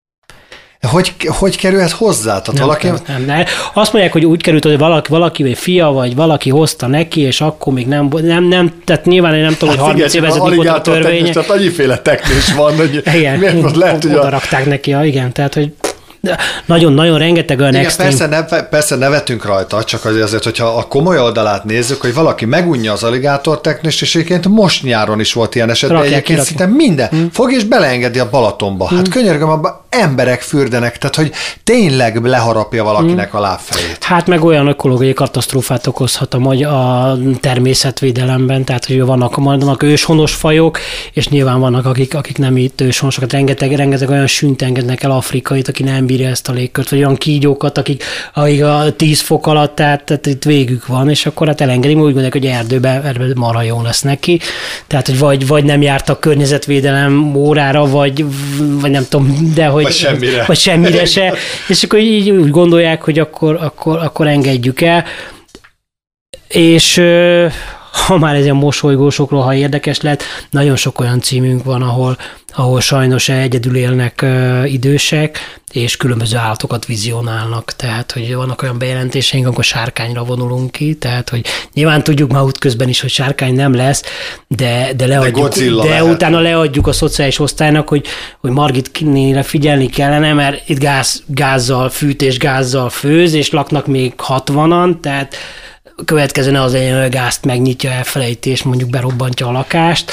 Hogy, hogy kerülhet hozzá? Tehát nem, valaki... nem, nem, nem. Azt mondják, hogy úgy került, hogy valaki, valaki vagy fia, vagy valaki hozta neki, és akkor még nem, nem, nem tehát nyilván én nem tudom, hát hogy harminc éve ezelőtt mikor a törvény. Tehát annyiféle teknős van, hogy igen, miért lehet, hogy oda rakták neki, ja, igen, tehát, hogy nagyon-nagyon rengeteg olyan igen, extrém... Persze, ne, persze nevetünk rajta, csak azért, hogyha a komoly oldalát nézzük, hogy valaki megunja az aligátor teknőst, és egyébként most nyáron is volt ilyen eset, de egyébként szinte minden hmm. fog és beleengedi a Balatonba. Hát hmm. könyörgöm, abban emberek fürdenek, tehát hogy tényleg leharapja valakinek hmm. a lábfejét. Hát meg olyan ökológiai katasztrófát okozhat a, magy- a természetvédelemben, tehát hogy vannak, vannak őshonos fajok, és nyilván vannak, akik, akik nem itt őshonosokat, rengeteg, rengeteg olyan sünt engednek el afrikait, aki nem bírja ezt a légkört, vagy olyan kígyókat, akik, akik a tíz fok alatt, tehát, tehát itt végük van, és akkor hát elengedi, úgy gondolják, hogy erdőben, erdőben marha jó lesz neki. Tehát, hogy vagy, vagy nem jártak környezetvédelem órára, vagy, vagy nem tudom, de hogy... Vagy semmire. Vagy semmire se. És akkor így úgy gondolják, hogy akkor, akkor, akkor engedjük el. És ha már ez ilyen mosolygósokról, ha érdekes lehet, nagyon sok olyan címünk van, ahol, ahol sajnos egyedül élnek uh, idősek, és különböző állatokat vizionálnak. Tehát, hogy vannak olyan bejelentéseink, amikor sárkányra vonulunk ki, tehát, hogy nyilván tudjuk már útközben is, hogy sárkány nem lesz, de, de leadjuk, de, de utána leadjuk a szociális osztálynak, hogy, hogy Margit nénire figyelni kellene, mert itt gáz, gázzal, fűtés gázzal főz, és laknak még hatvanan, tehát következő ne az legyen, hogy gázt megnyitja, elfelejti, és mondjuk berobbantja a lakást.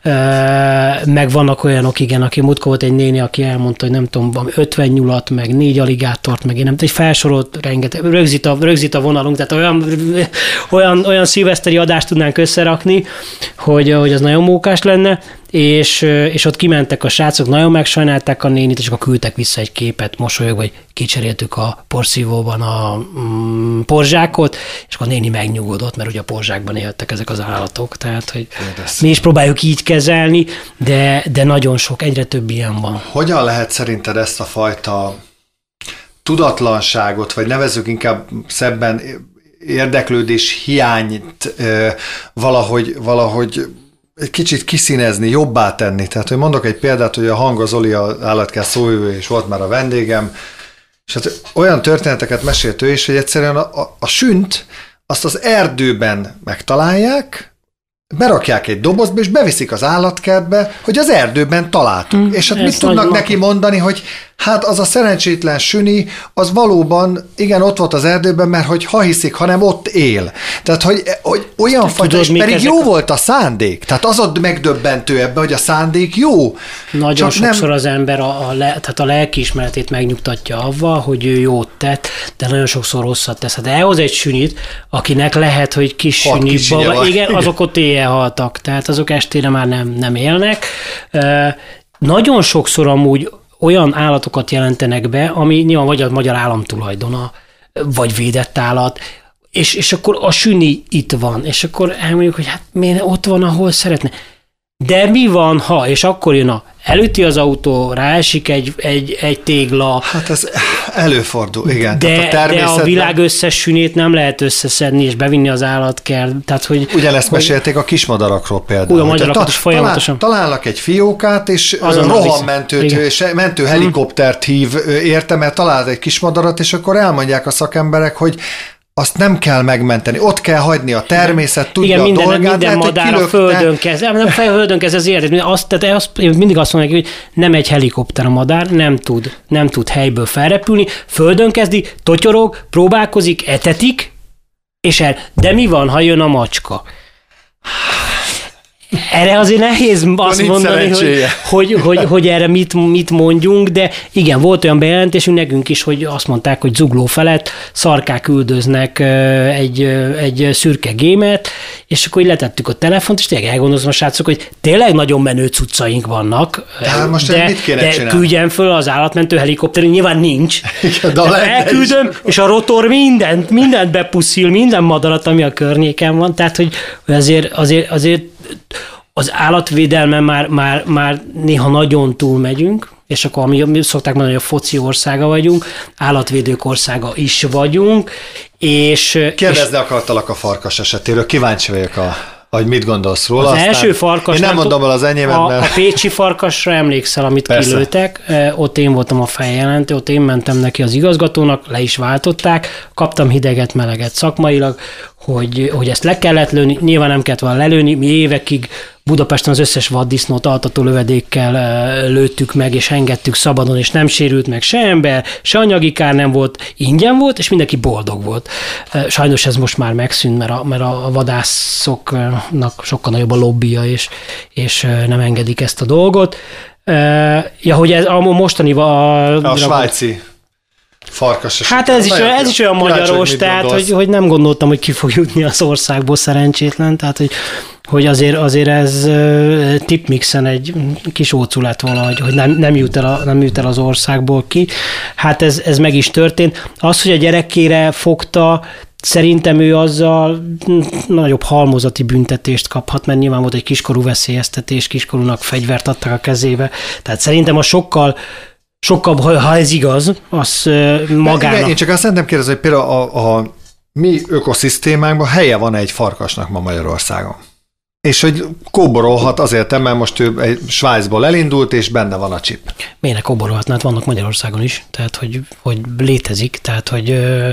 Meg vannak olyanok, igen, aki múltkor volt egy néni, aki elmondta, hogy nem tudom, ötven nyulat, meg négy aligátort, meg én nem tudom, egy felsorolt rengeteg, rögzít a, rögzít a vonalunk, tehát olyan, olyan, olyan szilveszteri adást tudnánk összerakni, hogy, hogy az nagyon mókás lenne, és, és ott kimentek a srácok, nagyon megsajnálták a nénit, és akkor küldtek vissza egy képet, mosolyogva, hogy kicseréltük a porszívóban a mm, porzsákot, és akkor a néni megnyugodott, mert ugye a porzsákban éltek ezek az állatok, tehát hogy Érdesz. mi is próbáljuk így kezelni, de, de nagyon sok, egyre több ilyen van. Hogyan lehet szerinted ezt a fajta tudatlanságot, vagy nevezzük inkább szebben érdeklődés hiányt valahogy, valahogy egy kicsit kiszínezni, jobbá tenni. Tehát, hogy mondok egy példát, hogy a Hanga Zoli, az állatkert szóvivő, és volt már a vendégem, és hát olyan történeteket mesélt ő is, hogy egyszerűen a, a, a sünt azt az erdőben megtalálják, berakják egy dobozba, és beviszik az állatkertbe, hogy az erdőben találtuk. Mm, és hát mit tudnak neki mondani, hogy hát az a szerencsétlen süni, az valóban, igen, ott volt az erdőben, mert hogy ha hiszik, hanem ott él. Tehát, hogy, hogy olyan fajta, és pedig jó a... volt a szándék. Tehát az a megdöbbentő ebben, hogy a szándék jó. Nagyon csak sokszor nem... az ember a, a, le, tehát a lelkiismeretét megnyugtatja avval, hogy ő jót tett, de nagyon sokszor rosszat tesz. De elhoz egy sünit, akinek lehet, hogy kis süni, baba, igen, azok ott éjjel haltak, tehát azok estére már nem, nem élnek. Uh, nagyon sokszor amúgy olyan állatokat jelentenek be, ami nyilván vagy a magyar állam tulajdona, vagy védett állat, és, és akkor a süni itt van, és akkor elmondjuk, hogy hát miért ott van, ahol szeretne. De mi van, ha, és akkor jön a előtti az autó, ráesik egy, egy, egy tégla. Hát ez előfordul, igen. De, a, de a világ összes sünét nem lehet összeszedni és bevinni az állatkert. Tehát, hogy, ugyanezt hogy, mesélték a kismadarakról például. Úgy a madarakat is folyamatosan. Talál, találnak egy fiókát, és rohammentőt, és mentő helikoptert hív érte, mert talált egy kismadarat, és akkor elmondják a szakemberek, hogy azt nem kell megmenteni, ott kell hagyni a természet, tudja igen, minden, a dolgát. Minden lehet, madár a földön kezd, nem földön kezd az érdek. Azt, tehát azt, mindig azt mondják, hogy nem egy helikopter a madár, nem tud, nem tud helyből felrepülni, földön kezdi, totyorog, próbálkozik, etetik, és el. De mi van, ha jön a macska? Erre azért nehéz azt mondani, hogy, hogy, hogy, hogy erre mit, mit mondjunk, de igen, volt olyan bejelentésünk nekünk is, hogy azt mondták, hogy Zugló felett szarkák üldöznek egy, egy szürke gémet, és akkor így letettük a telefont, és tényleg elgondolom a srácok, hogy tényleg nagyon menő cuccaink vannak, de, most de, mit kéne de küldjem föl az állatmentő helikopterünk, nyilván nincs. Igen, de de elküldöm, és a rotor mindent, mindent bepuszil, minden madarat, ami a környéken van, tehát hogy azért, azért, azért az állatvédelmen már, már, már néha nagyon túlmegyünk, és akkor mi, mi szokták mondani, hogy a foci országa vagyunk, állatvédők országa is vagyunk, és... Kérdezni és, akartalak a farkas esetéről, kíváncsi vagyok a... hogy mit gondolsz róla. Az aztán első farkas... Én nem, nem mondom el az enyémet, a, mert... a pécsi farkasra emlékszel, amit Persze. kilőtek, ott én voltam a feljelentő, ott én mentem neki az igazgatónak, le is váltották, kaptam hideget, meleget szakmailag, hogy, hogy ezt le kellett lőni, nyilván nem kellett volna lelőni, mi évekig Budapesten az összes vaddisznót altató lövedékkel lőttük meg, és engedtük szabadon, és nem sérült meg se ember, se anyagi kár nem volt, ingyen volt, és mindenki boldog volt. Sajnos ez most már megszűnt, mert a, mert a vadászoknak sokkal nagyobb a lobbija, és, és nem engedik ezt a dolgot. Ja, hogy ez a mostani... A, a svájci farkas. Hát ez is, ez is olyan magyaros, tehát hogy, hogy nem gondoltam, hogy ki fog jutni az országból szerencsétlen, tehát hogy, hogy azért, azért ez uh, tipmixen egy kis ócú lett volna, hogy, hogy nem, nem, jut el a, nem jut el az országból ki. Hát ez, ez meg is történt. Az, hogy a gyerekére fogta, szerintem ő azzal nagyobb halmozati büntetést kaphat, mert nyilván volt egy kiskorú veszélyeztetés, kiskorúnak fegyvert adtak a kezébe. Tehát szerintem a sokkal Sokkal, ha ez igaz, az magának... Igen, én csak azt nem kérdezem, hogy például a, a mi ökoszisztémánkban helye van egy farkasnak ma Magyarországon. És hogy kóborolhat azért, mert most ő egy Svájcból elindult, és benne van a chip. Miért ne kóborolhatna? Hát vannak Magyarországon is, tehát hogy, hogy létezik, tehát hogy ö,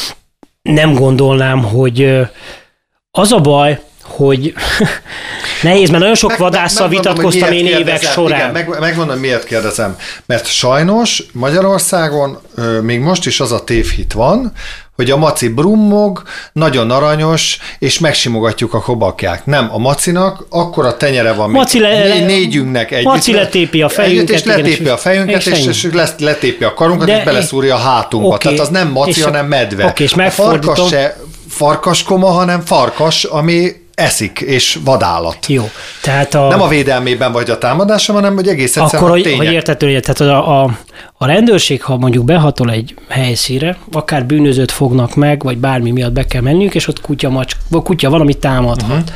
nem gondolnám, hogy ö, az a baj, hogy nehéz, mert nagyon sok meg, vadásszal meg, vitatkoztam én évek során. Igen, meg, megmondom, miért kérdezem. Mert sajnos Magyarországon ö, még most is az a tévhit van, hogy a maci brummog, nagyon aranyos, és megsimogatjuk a kobakját. Nem, a macinak akkora tenyere van, maci le, né, négyünknek együtt. Maci letépi a fejünket. És letépi a fejünket, és, és, és letépi a karunkat, de, és beleszúrja a hátunkba. Okay, tehát az nem maci, hanem medve. Okay, és a farkas se farkaskoma, hanem farkas, ami eszik, és vadállat. Jó. Tehát a... Nem a védelmében vagy a támadása, hanem hogy egész egyszerűen akkor, a tények. hogy értető, tehát a, a, a rendőrség, ha mondjuk behatol egy helyszínre, akár bűnözőt fognak meg, vagy bármi miatt be kell mennünk, és ott kutya, macs, kutya valami támadhat. Uh-huh.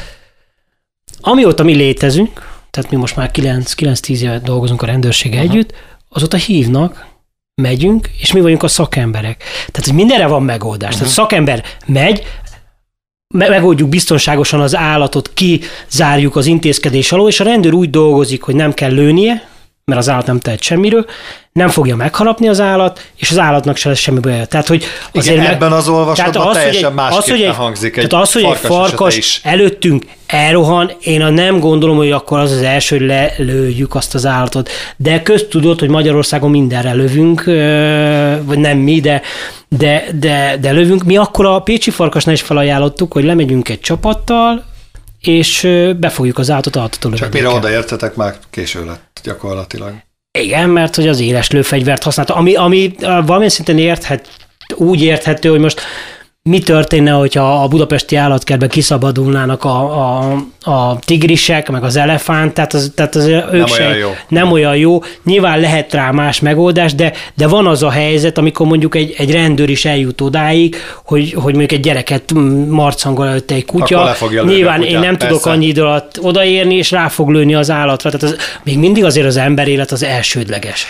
Amióta mi létezünk, tehát mi most már kilenc-tíz éve dolgozunk a rendőrséggel uh-huh. együtt, azóta hívnak, megyünk, és mi vagyunk a szakemberek. Tehát, hogy mindenre van megoldás. Uh-huh. Tehát a szakember megy, megoldjuk biztonságosan az állatot, kizárjuk az intézkedés alól, és a rendőr úgy dolgozik, hogy nem kell lőnie, mert az állat nem tehet semmiről, nem fogja megharapni az állat, és az állatnak se lesz semmi baja. Tehát, hogy azért igen, ebben az olvasatban az, teljesen másképpen hangzik egy tehát az, hogy egy farkas előttünk elrohan, én a nem gondolom, hogy akkor az az első, hogy lelőjük azt az állatot. De köztudott, hogy Magyarországon mindenre lövünk, vagy nem mi, de, de, de, de lövünk. Mi akkor a pécsi farkasnál is felajánlottuk, hogy lemegyünk egy csapattal, és befogjuk az állatot állatot a Csak mire odaértetek, már késő lett gyakorlatilag. Igen, mert hogy az éles lőfegyvert használta, ami, ami valamilyen szinten érthet, úgy érthető, hogy most mi történne, hogyha a budapesti állatkertben kiszabadulnának a, a, a tigrisek, meg az elefánt, tehát az, tehát az ők nem, se, olyan jó. nem olyan jó. Nyilván lehet rá más megoldás, de, de van az a helyzet, amikor mondjuk egy, egy rendőr is eljut odáig, hogy, hogy mondjuk egy gyereket marcangol előtte egy kutya. Nyilván kutyát, én nem persze. tudok annyi idő alatt odaérni, és rá fog lőni az állatra. Tehát az, még mindig azért az emberélet az elsődleges.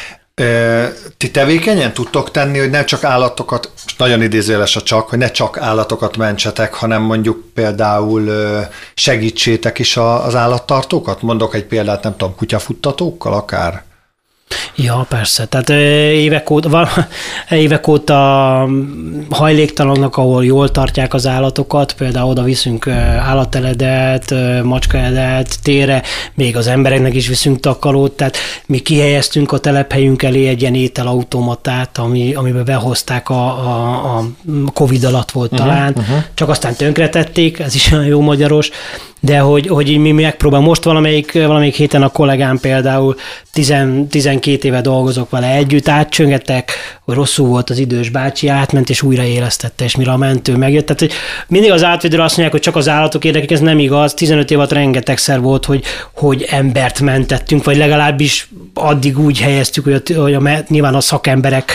Ti tevékenyen tudtok tenni, hogy ne csak állatokat, nagyon idézőjeles a csak, hogy ne csak állatokat mentsetek, hanem mondjuk például segítsétek is az állattartókat? Mondok egy példát, nem tudom, kutyafuttatókkal akár? Ja, persze. Tehát évek óta, van, évek óta hajléktalanok, ahol jól tartják az állatokat, például oda viszünk állatteledet, macskaedet, térre, még az embereknek is viszünk takarót, tehát mi kihelyeztünk a telephelyünk elé egy ilyen ételautomatát, ami, amiben behozták a, a, a Covid alatt volt uh-huh, talán, uh-huh. csak aztán tönkretették, ez is olyan jó magyaros, de hogy, hogy mi megpróbálunk. Most valamelyik, valamelyik héten a kollégám például tizenkét éve dolgozok vele együtt, átcsöngettek, hogy rosszul volt az idős bácsi, átment és újraélesztette, és mire a mentő megjött. Tehát, hogy mindig az állatvédőre azt mondják, hogy csak az állatok érdeklik, ez nem igaz. tizenöt év alatt rengetegszer volt, hogy, hogy embert mentettünk, vagy legalábbis addig úgy helyeztük, hogy a, hogy a, nyilván a szakemberek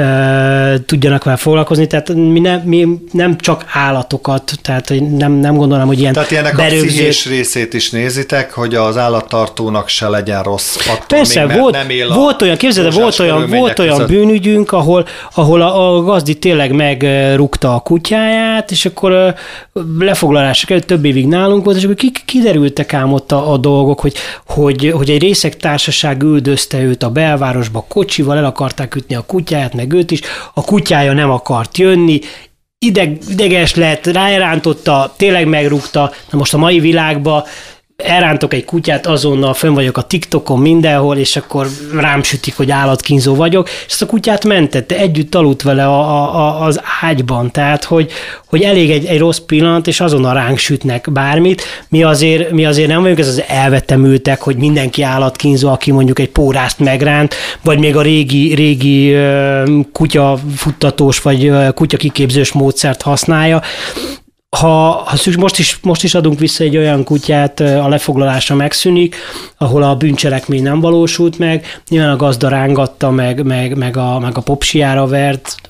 e, tudjanak vele foglalkozni. Tehát mi nem, mi nem csak állatokat, tehát nem, nem gondolom, hogy ilyen berögző... pszichés részét is nézitek, hogy az állattartónak se legyen rossz attól, persze, még, volt, nem él volt olyan, képzeld, volt olyan, volt olyan bűnügyünk, ahol, ahol a, a gazdi tényleg megrúgta a kutyáját, és akkor lefoglalásra került, több évig nálunk volt, és akkor kiderültek ám ott a, a dolgok, hogy, hogy, hogy egy részeg társaság üldözte őt a belvárosba kocsival, el akarták ütni a kutyáját, meg őt is, a kutyája nem akart jönni, Ideg, ideges lett, ráerántotta, tényleg megrúgta. Na most a mai világban elrántok egy kutyát, azonnal fönn vagyok a TikTokon mindenhol, és akkor rám sütik, hogy állatkínzó vagyok, és ezt a kutyát mentette, együtt aludt vele a, a, az ágyban, tehát hogy, hogy elég egy, egy rossz pillanat, és azonnal ránk sütnek bármit. Mi azért, mi azért nem vagyunk ez az elvetemültek, hogy mindenki állatkínzó, aki mondjuk egy pórászt megránt, vagy még a régi, régi kutyafuttatós, vagy kutyakiképzős módszert használja. Ha, ha szükség, most is, most is adunk vissza egy olyan kutyát, a lefoglalása megszűnik, ahol a bűncselekmény nem valósult meg, nyilván a gazda rángatta, meg, meg, meg, a, meg a popsiára vert,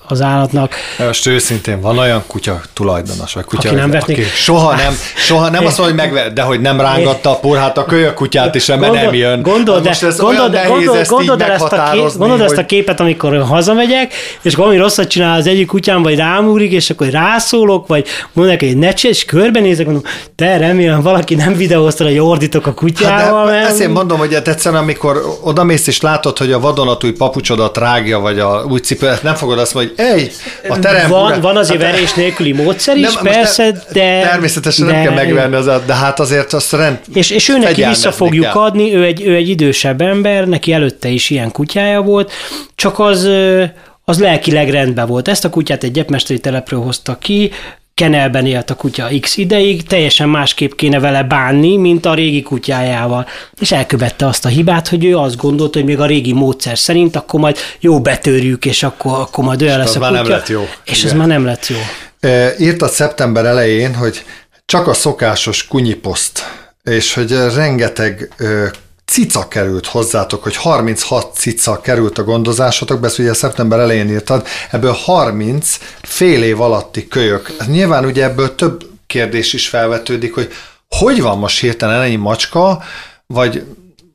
az állatnak. Most őszintén van olyan kutya tulajdonos, vagy kutya, aki nem vetnék. Aki soha nem, soha nem azt mondja, hogy megver, de hogy nem rángatta a porhát a kölyök kutyát is, mert gondol, nem jön. Gondold, most ez gondold, olyan nehéz gondol, ezt gondold így meghatározni. Gondold hogy... ezt a képet, amikor hazamegyek, és valami rosszat csinál az egyik kutyám, vagy rámúrik, és akkor rászólok, vagy mondják, hogy ne csinálj, és körbenézek, mondom, te remélem, valaki nem videózta, hogy ordítok a kutyával. Hát ezt én mondom, hogy egyszerűen, amikor odamész és látod, hogy a vadonatúj papucsodat rágja, vagy a új cipőt, nem fogod azt mondani, hogy ej, a terem... Van, van azért hát, verés nélküli módszer is, nem, persze, de, de... Természetesen de, nem kell megverni, az, de hát azért azt rend... És, és ő neki vissza fogjuk kell. adni, ő egy, ő egy idősebb ember, neki előtte is ilyen kutyája volt, csak az, az lelkileg rendben volt. Ezt a kutyát egy gyepmesteri telepről hozta ki, kennelben élt a kutya x ideig, teljesen másképp kéne vele bánni, mint a régi kutyájával. És elkövette azt a hibát, hogy ő azt gondolta, hogy még a régi módszer szerint akkor majd jó betörjük, és akkor, akkor majd olyan lesz a kutya. Nem lett jó. És igen. Ez már nem lett jó. E, írtad szeptember elején, hogy csak a szokásos kunyiposzt, és hogy rengeteg ö, cica került hozzátok, hogy harminchat cica került a gondozásotokba, ezt ugye szeptember elején írtad, ebből harminc fél év alatti kölyök. Nyilván ugye ebből több kérdés is felvetődik, hogy hogy van most hirtelen ennyi macska, vagy,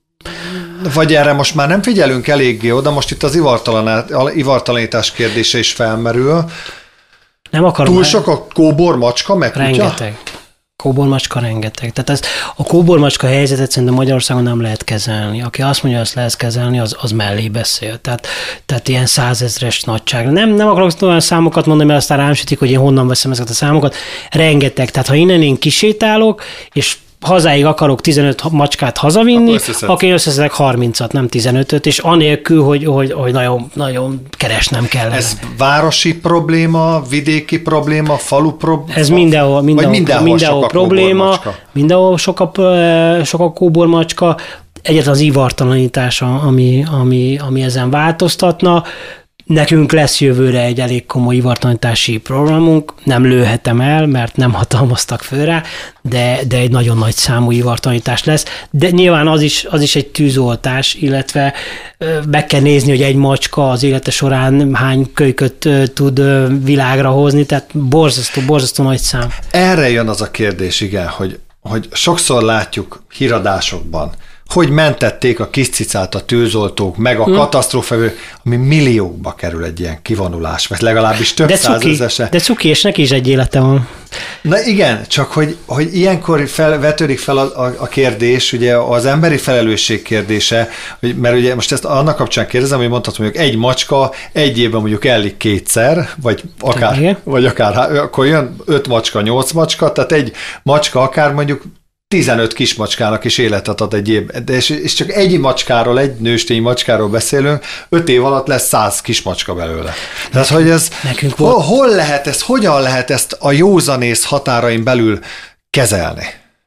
vagy erre most már nem figyelünk eléggé oda, most itt az ivartalanítás kérdése is felmerül. Nem akarom. Túl sok a kóbor macska, meg kutya? Rengeteg. Kóbormacska rengeteg. Tehát ez, a kóbormacska helyzetet szerintem Magyarországon nem lehet kezelni. Aki azt mondja, hogy azt lehet kezelni, az, az mellé beszél. Tehát, tehát ilyen százezres nagyság. Nem, nem akarok olyan számokat mondani, mert aztán rám sütik, hogy én honnan veszem ezeket a számokat. Rengeteg. Tehát ha innen én kisétálok, és hazáig akarok tizenöt macskát hazavinni, akkor, akkor én összeszedek harmincat, nem tizenötöt, és anélkül, hogy, hogy, hogy nagyon, nagyon keresnem kellene. Ez városi probléma, vidéki probléma, falu probléma? Ez mindenhol, mindenhol, mindenhol, mindenhol probléma, mindenhol sok a, sok a kóbormacska, egyetlen az ivartalanítása, ami, ami, ami ezen változtatna. Nekünk lesz jövőre egy elég komoly ivartalanítási programunk, nem lőhetem el, mert nem hatalmaztak föl rá, de, de egy nagyon nagy számú ivartalanítás lesz. De nyilván az is, az is egy tűzoltás, illetve meg kell nézni, hogy egy macska az élete során hány kölyköt tud világra hozni, tehát borzasztó, borzasztó nagy szám. Erre jön az a kérdés, igen, hogy, hogy sokszor látjuk híradásokban, hogy mentették a kis cicát a tűzoltók, meg a hmm. katasztrófavő, ami milliókba kerül egy ilyen kivonulás, vagy legalábbis több százezese. De cuki, és neki is egy élete van. Na igen, csak hogy, hogy ilyenkor fel, vetődik fel a, a, a kérdés, ugye az emberi felelősség kérdése, hogy, mert ugye most ezt annak kapcsán kérdezem, hogy mondhatom, mondjuk egy macska egy évben mondjuk ellik kétszer, vagy akár, vagy akár, akkor jön öt macska, nyolc macska, tehát egy macska akár mondjuk tizenöt kismacskának is életet ad egy év, de és, és csak egy macskáról, egy nőstény macskáról beszélünk, öt év alatt lesz száz kismacska belőle. Tehát, hogy ez, hol, hol lehet ez, hogyan lehet ezt a józanész határain belül kezelni?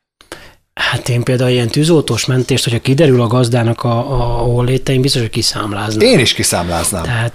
Hát én például ilyen tűzoltós mentést, hogyha kiderül a gazdának a, a holléte, én biztos, hogy kiszámláznám. Én is kiszámláznám. Tehát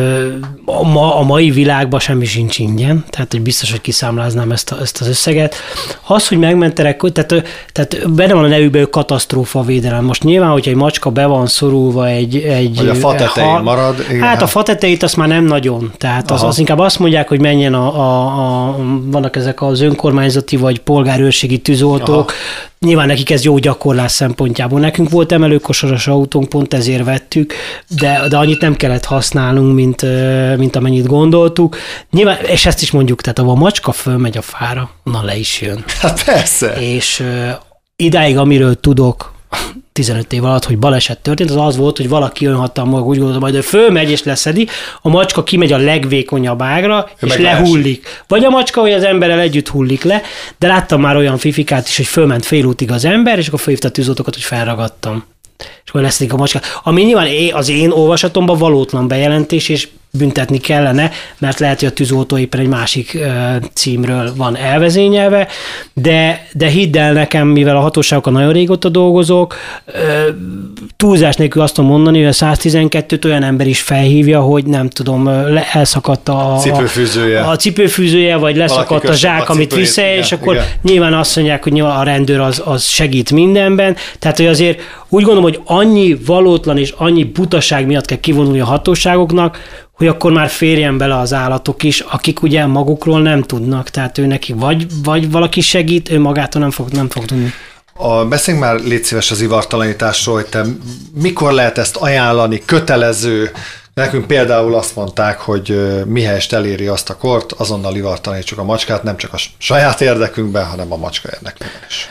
a, ma, a mai világban semmi sincs ingyen, tehát hogy biztos, hogy kiszámláznám ezt, a, ezt az összeget. Az, hogy megmenterek, tehát, tehát benne van a nevükben, hogy katasztrófa védelem. Most nyilván, hogyha egy macska be van szorulva egy... egy vagy a fa tetején ha, marad. Igen. Hát a fa tetejét azt már nem nagyon. Tehát az, az inkább azt mondják, hogy menjen a, a, a... vannak ezek az önkormányzati vagy polgárőrségi tűzoltók. Aha. Nyilván nekik ez jó gyakorlás szempontjából. Nekünk volt emelőkosaras autónk, pont ezért vettük, de, de annyit nem kellett használnunk, mint, mint amennyit gondoltuk. Nyilván, és ezt is mondjuk, tehát ha a macska fölmegy a fára, onnan le is jön. Hát persze. És uh, idáig, amiről tudok, tizenöt év alatt, hogy baleset történt, az az volt, hogy valaki önhatalmal úgy gondolta, majd ő fölmegy és leszedi, a macska kimegy a legvékonyabb ágra, ő és lehullik. Lesz. Vagy a macska, vagy az emberrel együtt hullik le, de láttam már olyan fifikát is, hogy fölment fél útig az ember, és akkor felhívta a tűzoltókat, hogy felragadtam. És akkor leszedik a macska. Ami nyilván az én olvasatomban valótlan bejelentés, és büntetni kellene, mert lehet, hogy a tűzoltó éppen egy másik uh, címről van elvezényelve, de, de hidd el nekem, mivel a hatóságokkal nagyon régóta dolgozok, uh, túlzás nélkül azt tudom mondani, hogy a száztizenkettőt olyan ember is felhívja, hogy nem tudom, elszakadt a, a cipőfűzője, a, a cipőfűzője vagy leszakadt a zsák, a amit visz, és akkor igen. Nyilván azt mondják, hogy nyilván a rendőr az, az segít mindenben, tehát hogy azért úgy gondolom, hogy annyi valótlan és annyi butaság miatt kell kivonulni a hatóságoknak, hogy akkor már férjen bele az állatok is, akik ugye magukról nem tudnak, tehát ő neki vagy, vagy valaki segít, ő magától nem fog, nem fog tudni. A, beszéljünk már, légy szíves, az ivartalanításról, hogy te mikor lehet ezt ajánlani, kötelező. Nekünk például azt mondták, hogy mihelyest eléri azt a kort, azonnal ivartalanítsuk a macskát, nem csak a saját érdekünkben, hanem a macska érdekében is.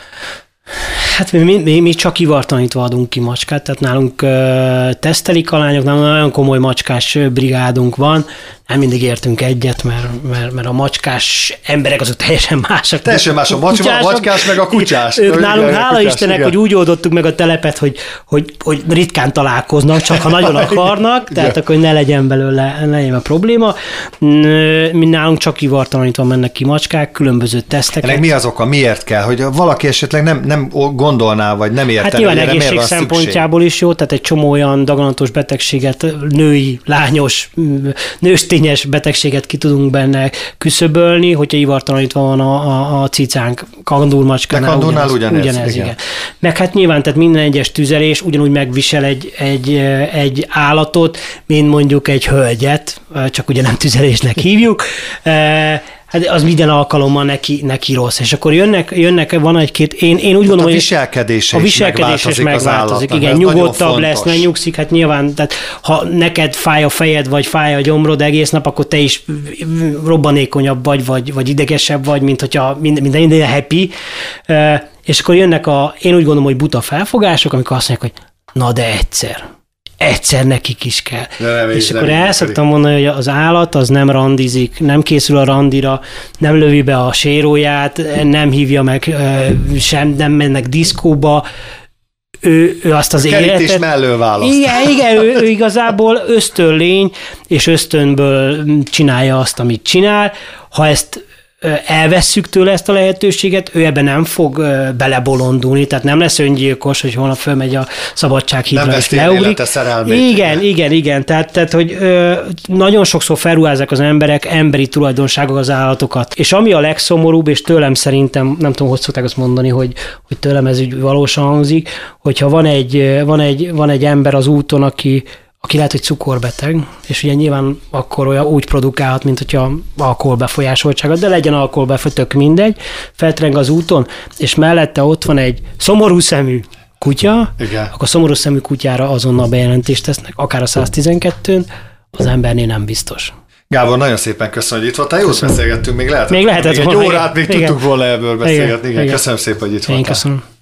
Hát mi, mi, mi csak ivartanítva adunk ki macskát, tehát nálunk ö, tesztelik a lányok, nagyon komoly macskás brigádunk van, nem mindig értünk egyet, mert, mert, mert a macskás emberek azok teljesen másak. Teljesen más a macska, a macskás meg a kutyás. Ők nálunk, igen, hála kutyás, Istennek, igen. hogy úgy oldottuk meg a telepet, hogy, hogy, hogy ritkán találkoznak, csak ha nagyon akarnak, tehát igen. Akkor ne legyen belőle ne legyen a probléma. Mi nálunk csak ivartalanítva mennek ki macskák, különböző teszteket. Ennek mi az oka, miért kell, hogy valaki esetleg nem, nem gondolná, vagy nem érteni, hát nyilván egészség szempontjából is jó, tehát egy csomó olyan daganatos betegséget, női, lányos, nőstényes betegséget ki tudunk benne küszöbölni, hogyha ivartalanítva van a, a, a cicánk, kandúrmacskánál. De kandúrnál ugyanez, ugyanez igen. igen. Meg hát nyilván, tehát minden egyes tüzelés ugyanúgy megvisel egy, egy, egy állatot, mint mondjuk egy hölgyet, csak ugye nem tüzelésnek hívjuk. Hát az minden alkalommal neki, neki rossz. És akkor jönnek, jönnek van egy-két, én, én úgy gondolom, a viselkedése a viselkedés is megváltozik. Igen, nyugodtabb lesz, ne nyugszik. Hát nyilván, tehát ha neked fáj a fejed, vagy fáj a gyomrod egész nap, akkor te is robbanékonyabb vagy, vagy, vagy idegesebb vagy, mint hogyha minden, minden happy. És akkor jönnek a, én úgy gondolom, hogy buta felfogások, amikor azt mondják, hogy na de egyszer. Egyszer nekik is kell. Nem, és akkor el szoktam mondani, hogy az állat az nem randizik, nem készül a randira, nem lövi be a séróját, nem hívja meg sem, nem mennek diszkóba, ő, ő azt az Kerítés életet... mellől választ. Igen, igen ő, ő igazából ösztönlény, és ösztönből csinálja azt, amit csinál. Ha ezt elvesszük tőle ezt a lehetőséget, ő ebben nem fog belebolondulni, tehát nem lesz öngyilkos, hogy holnap fölmegy a szabadsághídra és leugrik. Igen, igen, igen. Tehát, tehát hogy ö, nagyon sokszor felruházzák az emberek emberi tulajdonságok az állatokat. És ami a legszomorúbb, és tőlem szerintem, nem tudom, hogy szokták azt mondani, hogy, hogy tőlem ez úgy valósan hangzik, hogyha van egy, van egy, van egy ember az úton, aki aki lehet, hogy cukorbeteg, és ugye nyilván akkor olyan úgy produkálhat, mint hogyha alkoholbefolyásoltsága, de legyen alkoholbefolyás, tök mindegy, feltreng az úton, és mellette ott van egy szomorú szemű kutya, igen. Akkor szomorú szemű kutyára azonnal bejelentést tesznek, akár a száz tizenkettőn, az embernél nem biztos. Gábor, nagyon szépen köszönöm, hogy itt voltál. Jót beszélgettünk, még lehetett, még lehetett még volna. Egy órát még igen. tudtuk volna ebből beszélgetni. Igen. Igen. Igen. Köszönöm szépen, hogy itt voltál. Én köszönöm.